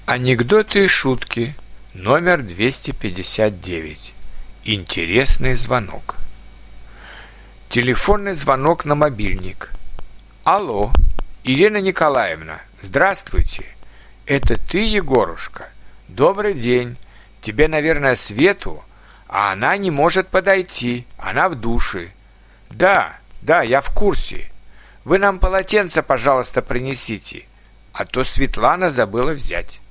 Анекдоты и шутки. Номер 259. Интересный звонок. Телефонный звонок на мобильник. Алло, Елена Николаевна, здравствуйте. Это ты, Егорушка? Добрый день. Тебе, наверное, Свету, а она не может подойти, она в душе. Да, я в курсе. Вы нам полотенце, пожалуйста, принесите, а то Светлана забыла взять.